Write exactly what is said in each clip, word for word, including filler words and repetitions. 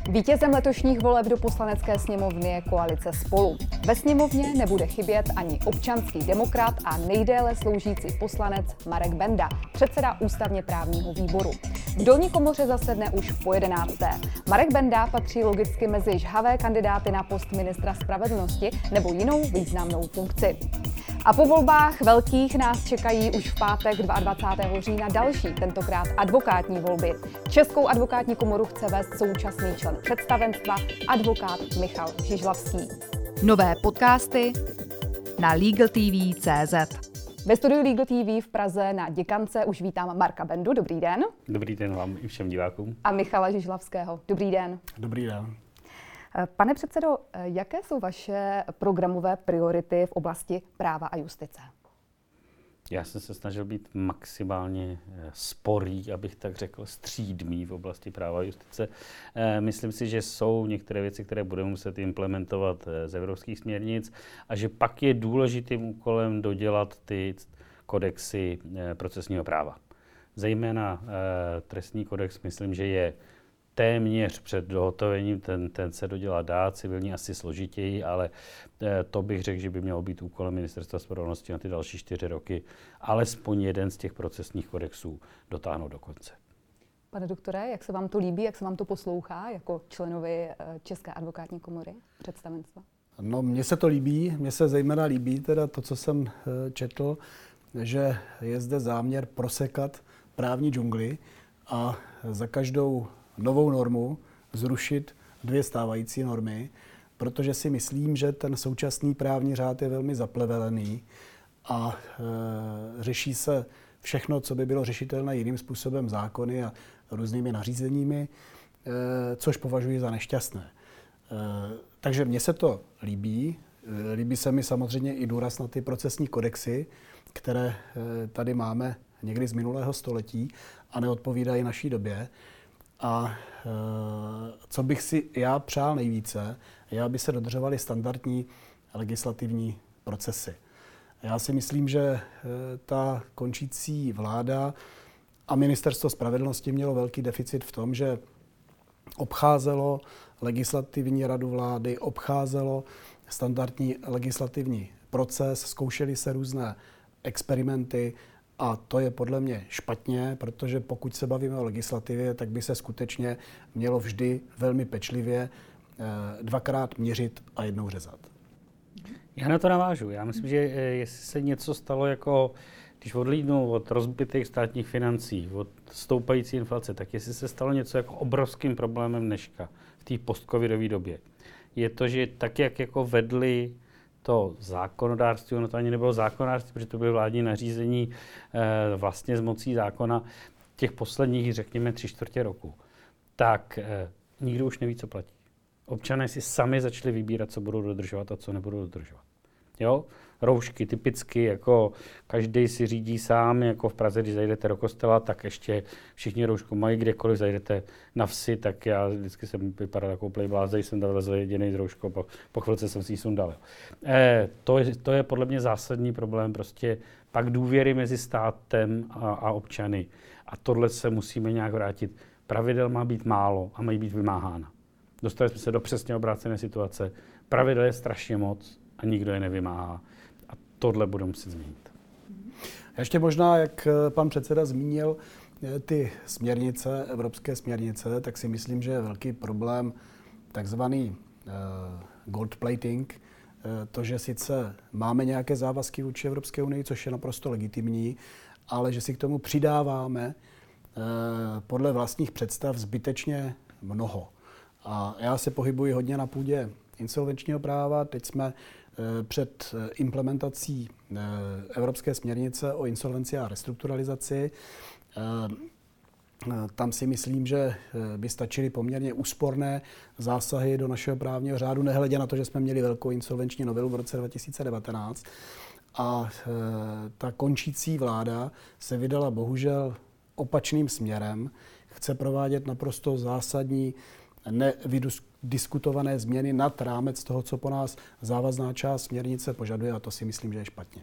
Vítězem letošních voleb do Poslanecké sněmovny je koalice Spolu. Ve sněmovně nebude chybět ani občanský demokrat a nejdéle sloužící poslanec Marek Benda, předseda ústavně právního výboru. V dolní komoře zasedne už po jedenácté. Marek Benda patří logicky mezi žhavé kandidáty na post ministra spravedlnosti nebo jinou významnou funkci. A po volbách velkých nás čekají už v pátek dvacátého druhého října další, tentokrát advokátní volby. Českou advokátní komoru chce vést současný člen představenstva, advokát Michal Žižlavský. Nové podcasty na legal t v tečka cé zet. Ve studiu Legal T V v Praze na Děkance už vítám Marka Bendu. Dobrý den. Dobrý den vám i všem divákům. A Michala Žižlavského. Dobrý den. Dobrý den. Pane předsedo, jaké jsou vaše programové priority v oblasti práva a justice? Já jsem se snažil být maximálně sporý, abych tak řekl, střídmý v oblasti práva a justice. Myslím si, že jsou některé věci, které budeme muset implementovat z evropských směrnic a že pak je důležitým úkolem dodělat ty kodexy procesního práva. Zejména trestní kodex, myslím, že je téměř před dohotovením, ten, ten se dodělá dá, civilní asi složitěji, ale to bych řekl, že by mělo být úkolem Ministerstva spravedlnosti na ty další čtyři roky, alespoň jeden z těch procesních kodexů dotáhnout do konce. Pane doktore, jak se vám to líbí, jak se vám to poslouchá jako členovi České advokátní komory představenstva? No, mně se to líbí, mně se zejména líbí teda to, co jsem četl, že je zde záměr prosekat právní džungli a za každou novou normu zrušit dvě stávající normy, protože si myslím, že ten současný právní řád je velmi zaplevelený a e, řeší se všechno, co by bylo řešitelné jiným způsobem zákony a různými nařízeními, e, což považuji za nešťastné. E, takže mně se to líbí. E, líbí se mi samozřejmě i důraz na ty procesní kodexy, které e, tady máme někdy z minulého století a neodpovídají naší době. A e, co bych si já přál nejvíce, je, aby se dodržovaly standardní legislativní procesy. Já si myslím, že e, ta končící vláda a Ministerstvo spravedlnosti mělo velký deficit v tom, že obcházelo legislativní radu vlády, obcházelo standardní legislativní proces, zkoušely se různé experimenty. A to je podle mě špatně, protože pokud se bavíme o legislativě, tak by se skutečně mělo vždy velmi pečlivě dvakrát měřit a jednou řezat. Já na to navážu. Já myslím, že jestli se něco stalo jako, když odlídnou od rozbitých státních financí, od stoupající inflace, tak jestli se stalo něco jako obrovským problémem dneška v té postcovidové době, je to, že tak, jak jako vedli to zákonodárství, ono to ani nebylo zákonodárství, protože to byly vládní nařízení e, vlastně z mocí zákona těch posledních, řekněme, tři čtvrtě roku, tak e, nikdo už neví, co platí. Občané si sami začali vybírat, co budou dodržovat a co nebudou dodržovat. Jo? Roušky typicky, jako každý si řídí sám, jako v Praze, když zajdete do kostela, tak ještě všichni roušku mají, kdekoliv zajdete na vsi, tak já vždycky jsem vypadal jako úplný blázen, jsem tam vlezl jedinej s rouškou, po, po chvilce jsem si ji sundal. E, to, je, to je podle mě zásadní problém, prostě pak důvěry mezi státem a, a občany. A tohle se musíme nějak vrátit. Pravidel má být málo a mají být vymáhána. Dostali jsme se do přesně obrácené situace. Pravidel je strašně moc a nikdo je nevymáhá. A tohle budeme muset změnit. Ještě možná, jak pan předseda zmínil ty směrnice, evropské směrnice, tak si myslím, že je velký problém takzvaný uh, gold plating, uh, to, že sice máme nějaké závazky vůči Evropské unii, což je naprosto legitimní, ale že si k tomu přidáváme uh, podle vlastních představ zbytečně mnoho. A já se pohybuji hodně na půdě insolvenčního práva. Teď jsme před implementací evropské směrnice o insolvenci a restrukturalizaci. Tam si myslím, že by stačily poměrně úsporné zásahy do našeho právního řádu, nehledě na to, že jsme měli velkou insolvenční novelu v roce dva tisíce devatenáct. A ta končící vláda se vydala bohužel opačným směrem. Chce provádět naprosto zásadní nevydiskutované změny nad rámec toho, co po nás závazná část směrnice požaduje, a to si myslím, že je špatně.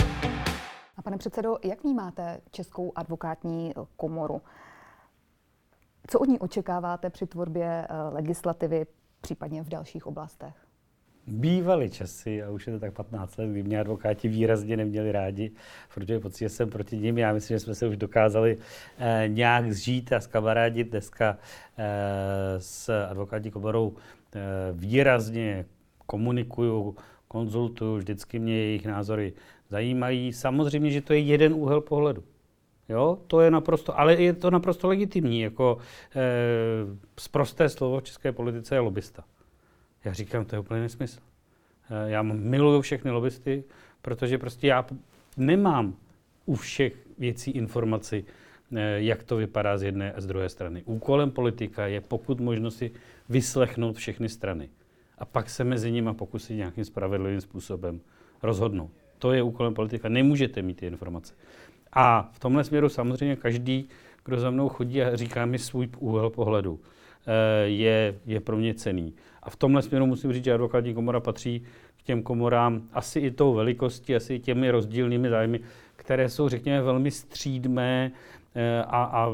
A pane předsedo, jak vnímáte Českou advokátní komoru? Co od ní očekáváte při tvorbě legislativy, případně v dalších oblastech? Bývaly časy, a už je to tak patnáct let, kdy mě advokáti výrazně neměli rádi, protože pocit, že jsem proti nim. Já myslím, že jsme se už dokázali eh, nějak zžít a zkamarádit. Dneska eh, s advokátní komorou eh, výrazně komunikuju, konzultuju, vždycky mě jejich názory zajímají. Samozřejmě, že to je jeden úhel pohledu. Jo, to je naprosto, ale je to naprosto legitimní. Jako eh, sprosté slovo v české politice je lobista. Já říkám, to je úplně nesmysl. Já miluju všechny lobbysty, protože prostě já nemám u všech věcí informaci, jak to vypadá z jedné a z druhé strany. Úkolem politika je pokud možno si vyslechnout všechny strany a pak se mezi nimi pokusit nějakým spravedlivým způsobem rozhodnout. To je úkolem politika. Nemůžete mít ty informace. A v tomhle směru samozřejmě každý, kdo za mnou chodí a říká mi svůj úhel pohledu, je, je pro mě cenný. A v tomhle směru musím říct, že advokátní komora patří k těm komorám asi i tou velikostí, asi i těmi rozdílnými zájmy, které jsou, řekněme, velmi střídmé a, a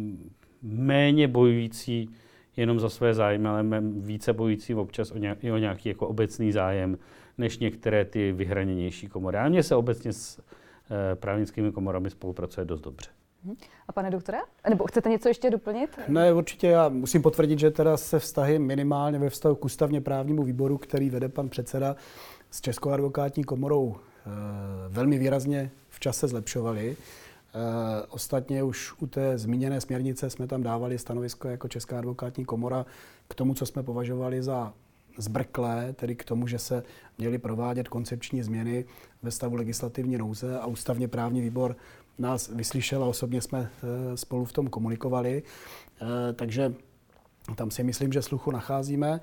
méně bojující jenom za své zájmy, ale více bojující občas o nějaký, o nějaký jako obecný zájem, než některé ty vyhraněnější komory. A mně se obecně s e, právnickými komorami spolupracuje dost dobře. A pane doktore? Nebo chcete něco ještě doplnit? Ne, určitě já musím potvrdit, že teda se vztahy minimálně ve vztahu k ústavně právnímu výboru, který vede pan předseda s Českou advokátní komorou, e, velmi výrazně v čase zlepšovaly. E, ostatně už u té zmíněné směrnice jsme tam dávali stanovisko jako Česká advokátní komora k tomu, co jsme považovali za zbrklé, tedy k tomu, že se měly provádět koncepční změny ve stavu legislativní nouze a ústavně právní výbor nás vyslyšel a osobně jsme spolu v tom komunikovali. Takže tam si myslím, že sluchu nacházíme.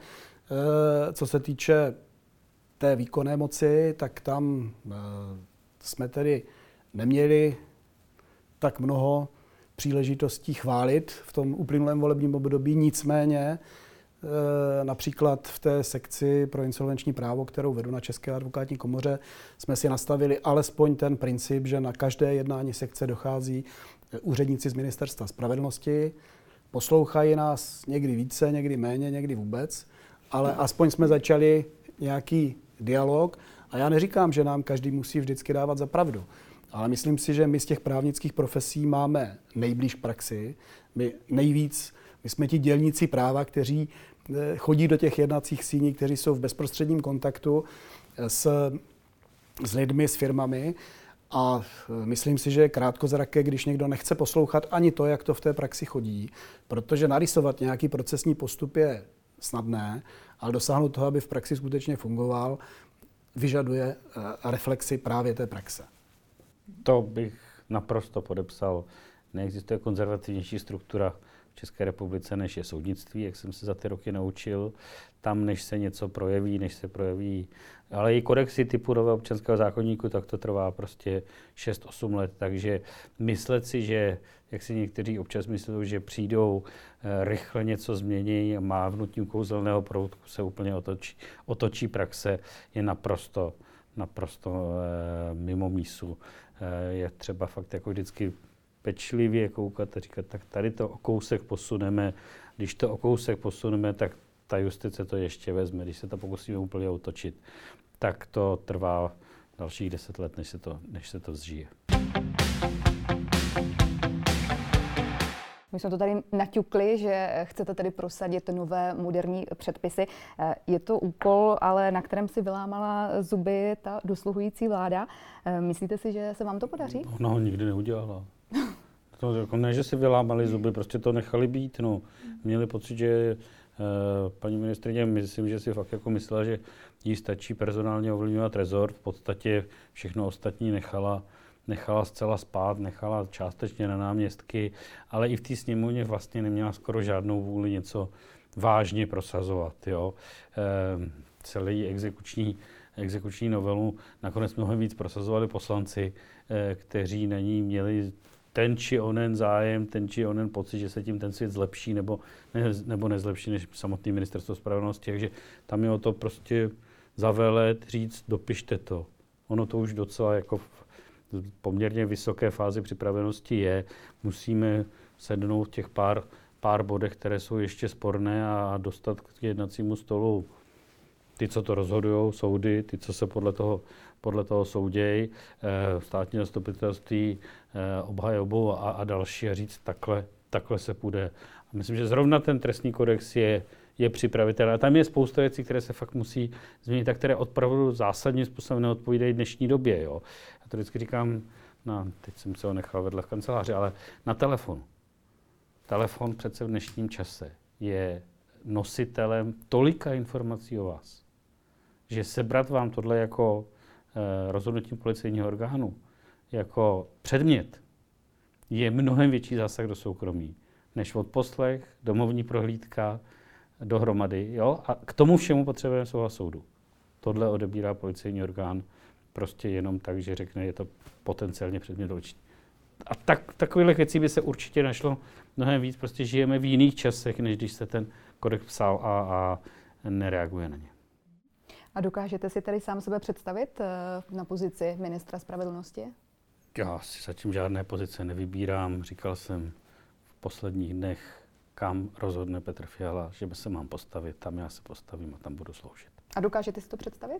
Co se týče té výkonné moci, tak tam jsme tedy neměli tak mnoho příležitostí chválit v tom uplynulém volebním období. Nicméně například v té sekci pro insolvenční právo, kterou vedu na České advokátní komoře, jsme si nastavili alespoň ten princip, že na každé jednání sekce dochází úředníci z Ministerstva spravedlnosti, poslouchají nás někdy více, někdy méně, někdy vůbec, ale aspoň jsme začali nějaký dialog a já neříkám, že nám každý musí vždycky dávat za pravdu, ale myslím si, že my z těch právnických profesí máme nejblíž praxi, my nejvíc, my jsme ti dělníci práva, kteří chodí do těch jednacích síní, kteří jsou v bezprostředním kontaktu s, s lidmi, s firmami a myslím si, že je krátkozraké, když někdo nechce poslouchat ani to, jak to v té praxi chodí, protože narysovat nějaký procesní postup je snadné, ale dosáhnout toho, aby v praxi skutečně fungoval, vyžaduje reflexi právě té praxe. To bych naprosto podepsal. Neexistuje konzervativnější struktura v České republice, než je soudnictví, jak jsem se za ty roky naučil. Tam, než se něco projeví, než se projeví, ale i kodexy typu nového občanského zákoníku, tak to trvá prostě šest osm let. Takže myslet si, že, jak si někteří občas myslí, že přijdou, e, rychle něco změní a mávnutím kouzelného proutku se úplně otočí, otočí praxe, je naprosto, naprosto e, mimo mísu. E, je třeba fakt jako vždycky pečlivě koukat a říkat, tak tady to o kousek posuneme. Když to o kousek posuneme, tak ta justice to ještě vezme. Když se to pokusíme úplně otočit, tak to trvá dalších deset let, než se to, než se to zžije. My jsme to tady naťukli, že chcete tedy prosadit nové moderní předpisy. Je to úkol, ale na kterém si vylámala zuby ta dosluhující vláda. Myslíte si, že se vám to podaří? Ona ho nikdy neudělala. To, jako ne, že si vylámali zuby, prostě to nechali být. No. Měli pocit, že e, paní ministryně, myslím, že si fakt jako myslela, že jí stačí personálně ovlivňovat rezort. V podstatě všechno ostatní nechala, nechala zcela spát, nechala částečně na náměstky, ale i v té sněmovně vlastně neměla skoro žádnou vůli něco vážně prosazovat. Jo. E, celý exekuční, exekuční novelu nakonec mnohem víc prosazovali poslanci, e, kteří na ní měli ten či onen zájem, ten či onen pocit, že se tím ten svět zlepší nebo, ne, nebo nezlepší než samotný ministerstvo spravedlnosti. Takže tam je o to prostě zavelet, říct, dopište to. Ono to už docela jako v poměrně vysoké fázi připravenosti je. Musíme sednout těch pár pár bodech, které jsou ještě sporné a dostat k jednacímu stolu ty, co to rozhodují, soudy, ty, co se podle toho, podle toho soudějí, státní zastupitelství, obhajobu a, a další a říct, takhle, takhle se půjde. A myslím, že zrovna ten trestní kodex je, je připravitelný. A tam je spousta věcí, které se fakt musí změnit a které opravdu zásadním způsobem neodpovídají dnešní době. Jo. Já to vždycky říkám, no, teď jsem se ho nechal vedle v kanceláři, ale na telefonu. Telefon přece v dnešním čase je nositelem tolika informací o vás, že sebrat vám tohle jako eh, rozhodnutí policejního orgánu, jako předmět, je mnohem větší zásah do soukromí, než odposlech, domovní prohlídka dohromady. Jo? A k tomu všemu potřebujeme souhlas soudu. Tohle odebírá policejní orgán prostě jenom tak, že řekne, je to potenciálně předmět dočení. A tak, takových věcí by se určitě našlo mnohem víc. Prostě žijeme v jiných časech, než když se ten kodex psal a, a nereaguje na ně. A dokážete si tedy sám sebe představit na pozici ministra spravedlnosti? Já si zatím žádné pozice nevybírám. Říkal jsem v posledních dnech, kam rozhodne Petr Fiala, že by se mám postavit, tam já se postavím a tam budu sloužit. A dokážete si to představit?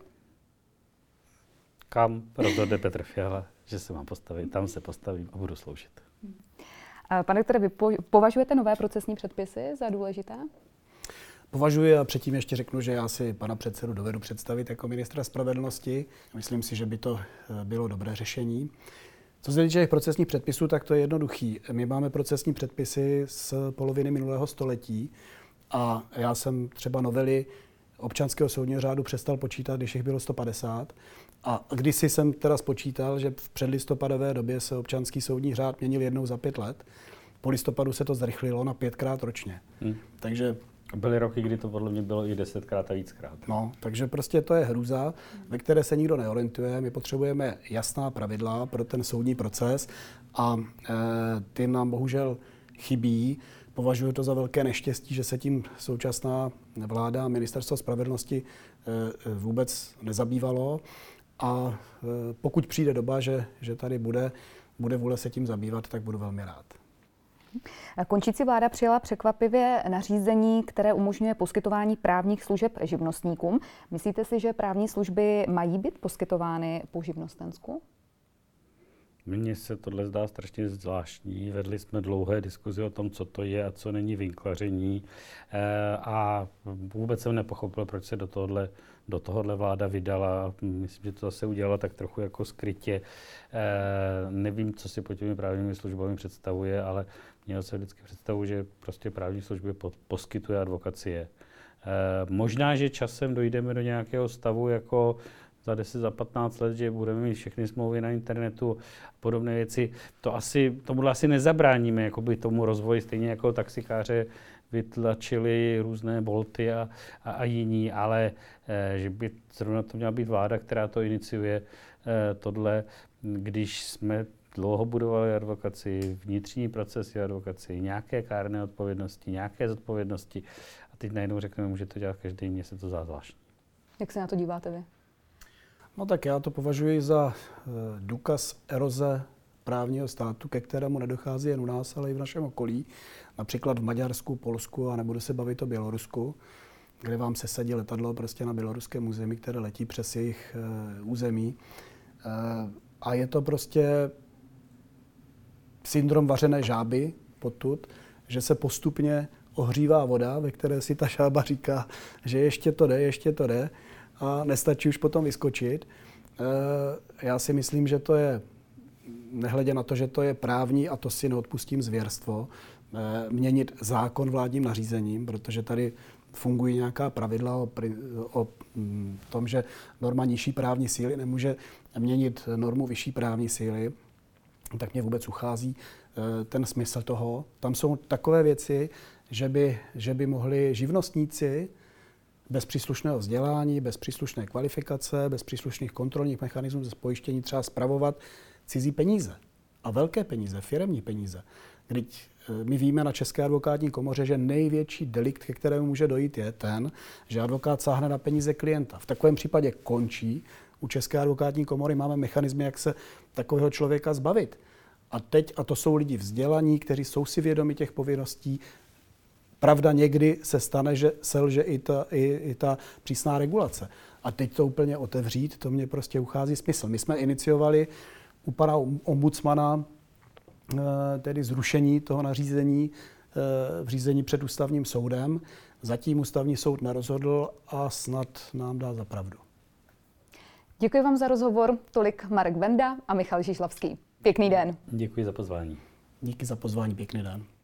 Kam rozhodne Petr Fiala, že se mám postavit, tam se postavím a budu sloužit. Pane doktore, vy považujete nové procesní předpisy za důležité? Považuji a předtím ještě řeknu, že já si pana předsedu dovedu představit jako ministra spravedlnosti. Myslím si, že by to bylo dobré řešení. Co se týče těch procesních předpisů, tak to je jednoduchý. My máme procesní předpisy z poloviny minulého století a já jsem třeba novely občanského soudního řádu přestal počítat, když jich bylo sto padesát. A kdysi jsem teda spočítal, že v předlistopadové době se občanský soudní řád měnil jednou za pět let. Po listopadu se to zrychlilo na pětkrát ročně. Hmm. Takže byly roky, kdy to podle mě bylo i desetkrát a víckrát. No, takže prostě to je hrůza, ve které se nikdo neorientuje. My potřebujeme jasná pravidla pro ten soudní proces a e, ty nám bohužel chybí. Považuji to za velké neštěstí, že se tím současná vláda a ministerstvo spravedlnosti e, vůbec nezabývalo. A e, pokud přijde doba, že, že tady bude, bude vůle se tím zabývat, tak budu velmi rád. Končící vláda přijala překvapivě nařízení, které umožňuje poskytování právních služeb živnostníkům. Myslíte si, že právní služby mají být poskytovány po živnostensku? Mně se tohle zdá strašně zvláštní. Vedli jsme dlouhé diskuzi o tom, co to je a co není vinklaření. E, a vůbec jsem nepochopil, proč se do tohohle, do tohohle vláda vydala. Myslím, že to zase udělala tak trochu jako skrytě. E, nevím, co si pod těmi právními službami představuje, ale měl se vždycky představu, že prostě právní služby pod, poskytuje advokacie. E, možná, že časem dojdeme do nějakého stavu jako za deset, za patnáct let, že budeme mít všechny smlouvy na internetu a podobné věci. To asi, tomuhle asi nezabráníme jakoby tomu rozvoji, stejně jako taxikáře vytlačili různé Bolty a, a, a jiní, ale eh, že by zrovna to měla být vláda, která to iniciuje eh, tohle, když jsme dlouho budovali advokaci, vnitřní procesy advokaci, nějaké kárné odpovědnosti, nějaké zodpovědnosti a teď najednou řekneme, může to dělat každý, mně se to zdá zvláštní. Jak se na to díváte vy? No tak já to považuji za uh, důkaz eroze právního státu, ke kterému nedochází jen u nás, ale i v našem okolí. Například v Maďarsku, Polsku, a nebudu se bavit o Bělorusku, kde vám se sadí letadlo prostě na běloruském území, které letí přes jejich uh, území. Uh, a je to prostě syndrom vařené žáby potud, že se postupně ohřívá voda, ve které si ta žába říká, že ještě to jde, ještě to jde. A nestačí už potom vyskočit. Já si myslím, že to je, nehledě na to, že to je právní, a to si neodpustím zvěrstvo, měnit zákon vládním nařízením, protože tady fungují nějaká pravidla o, o tom, že norma nižší právní síly nemůže měnit normu vyšší právní síly, tak mě vůbec uchází ten smysl toho. Tam jsou takové věci, že by, že by mohli živnostníci bez příslušného vzdělání, bez příslušné kvalifikace, bez příslušných kontrolních mechanismů ze pojištění třeba spravovat cizí peníze. A velké peníze, firemní peníze. Když my víme na České advokátní komoře, že největší delikt, ke kterému může dojít, je ten, že advokát sáhne na peníze klienta. V takovém případě končí. U České advokátní komory máme mechanismy, jak se takového člověka zbavit. A teď, a to jsou lidi vzdělaní, kteří jsou si vědomi těch povinností, pravda, někdy se stane, že selže i ta, i, i ta přísná regulace. A teď to úplně otevřít, to mě prostě uchází smysl. My jsme iniciovali u pana ombudsmana tedy zrušení toho nařízení v řízení před ústavním soudem. Zatím ústavní soud nerozhodl a snad nám dá za pravdu. Děkuji vám za rozhovor. Tolik Marek Benda a Michal Žižlavský. Pěkný den. Děkuji za pozvání. Díky za pozvání, pěkný den.